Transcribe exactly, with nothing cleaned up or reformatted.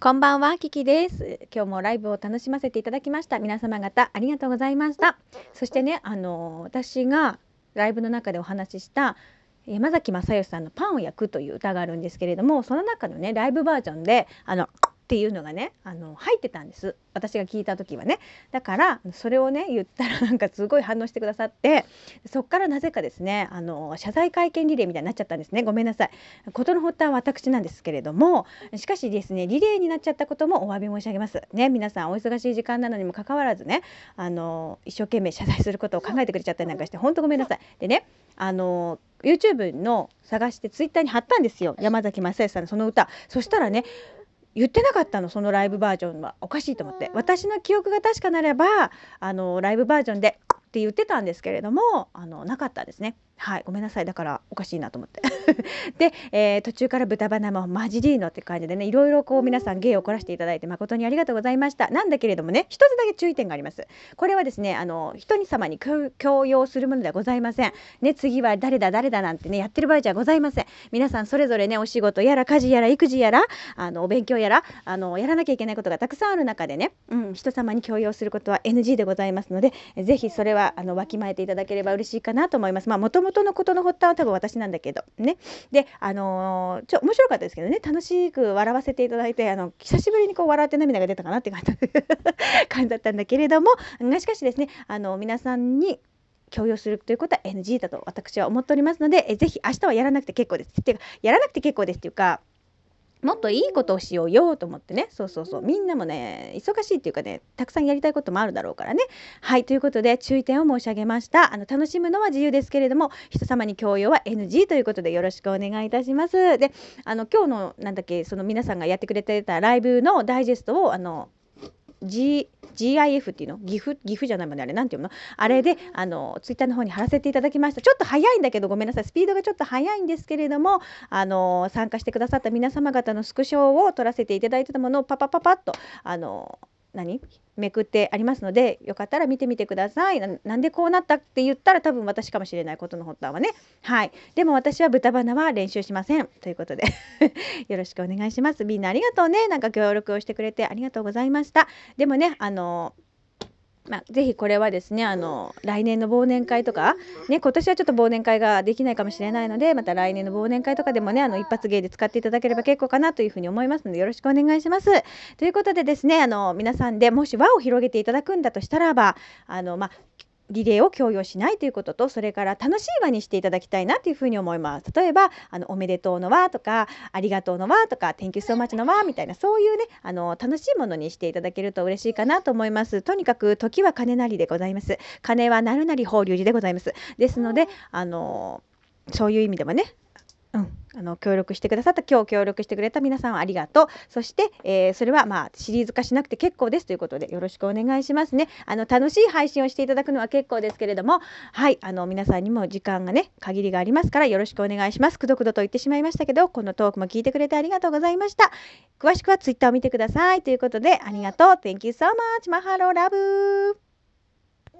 こんばんは、キキです。今日もライブを楽しませていただきました。皆様方ありがとうございました。そしてね、あの私がライブの中でお話しした山崎正義さんのパンを焼くという歌があるんですけれども、その中のねライブバージョンであのっていうのがねあの入ってたんです。私が聞いた時はね。だからそれをね言ったらなんかすごい反応してくださって、そっからなぜかですねあの謝罪会見リレーみたいになっちゃったんですね。ごめんなさい。事の発端は私なんですけれども、しかしですねリレーになっちゃったこともお詫び申し上げますね。皆さんお忙しい時間なのにもかかわらずねあの一生懸命謝罪することを考えてくれちゃったりなんかして本当ごめんなさい。でねあの YouTube の探してツイッターに貼ったんですよ、山崎正義さんのその歌。そしたらね言ってなかったの、そのライブバージョンは。おかしいと思って、私の記憶が確かなればあのライブバージョンでって言ってたんですけれども、あのなかったですね。はい、ごめんなさい。だからおかしいなと思ってで、えー、途中から豚バナもマジでいいのって感じでね、いろいろこう皆さん芸を凝らしていただいて誠にありがとうございました。なんだけれどもね、一つだけ注意点があります。これはですねあの人に様に強要するものではございませんね。次は誰だ誰だなんてねやってる場合じゃございません。皆さんそれぞれねお仕事やら家事やら育児やらあのお勉強やらあのやらなきゃいけないことがたくさんある中でね、うん、人様に強要することは エヌジー でございますので、ぜひそれはあのわきまえていただければ嬉しいかなと思います。まあ元々のことの発端は多分私なんだけどね。であのー、ちょ面白かったですけどね、楽しく笑わせていただいて、あの久しぶりにこう笑って涙が出たかなって感じ感じだったんだけれども、しかしですねあの皆さんに強要するということは エヌジー だと私は思っておりますので、えぜひ明日はやらなくて結構ですっていうか、やらなくて結構ですっていうか、もっといいことをしようよと思ってね。そうそうそう、みんなもね忙しいっていうかね、たくさんやりたいこともあるだろうからね。はい、ということで注意点を申し上げました。あの楽しむのは自由ですけれども、人様に強要は エヌジー ということでよろしくお願いいたします。であの今日のなんだっけ、その皆さんがやってくれてたライブのダイジェストをあの Gジーアイエフ っていうの、岐阜岐阜じゃないもんね、あれなんていうの、あれであのツイッターの方に貼らせていただきました。ちょっと早いんだけどごめんなさい、スピードがちょっと早いんですけれども、あの参加してくださった皆様方のスクショを撮らせていただいてたものをパパパパッとあの何めくってありますので、よかったら見てみてください。 な, なんでこうなったって言ったら多分私かもしれない、ことの発端はね。はい、でも私は豚バナは練習しませんということでよろしくお願いします。みんなありがとうね、なんか協力をしてくれてありがとうございました。でもねあのまあ、ぜひこれはですねあの来年の忘年会とかね、今年はちょっと忘年会ができないかもしれないので、また来年の忘年会とかでもねあの一発芸で使っていただければ結構かなというふうに思いますので、よろしくお願いします。ということでですね、あの皆さんでもし輪を広げていただくんだとしたらば、あのまあリレーを強要しないということと、それから楽しい輪にしていただきたいなというふうに思います。例えばあのおめでとうの輪とかありがとうの輪とか Thank you so much の輪みたいな、そういうねあの楽しいものにしていただけると嬉しいかなと思います。とにかく時は金なりでございます。金はなるなり法隆寺でございます。ですのであのそういう意味でもね、うん、あの協力してくださった、今日協力してくれた皆さんありがとう。そして、えー、それはまあシリーズ化しなくて結構ですということでよろしくお願いしますね。あの楽しい配信をしていただくのは結構ですけれども、はいあの皆さんにも時間がね限りがありますからよろしくお願いします。くどくどと言ってしまいましたけど、このトークも聞いてくれてありがとうございました。詳しくはツイッターを見てくださいということで、ありがとう。 Thank you so much. マハローラブ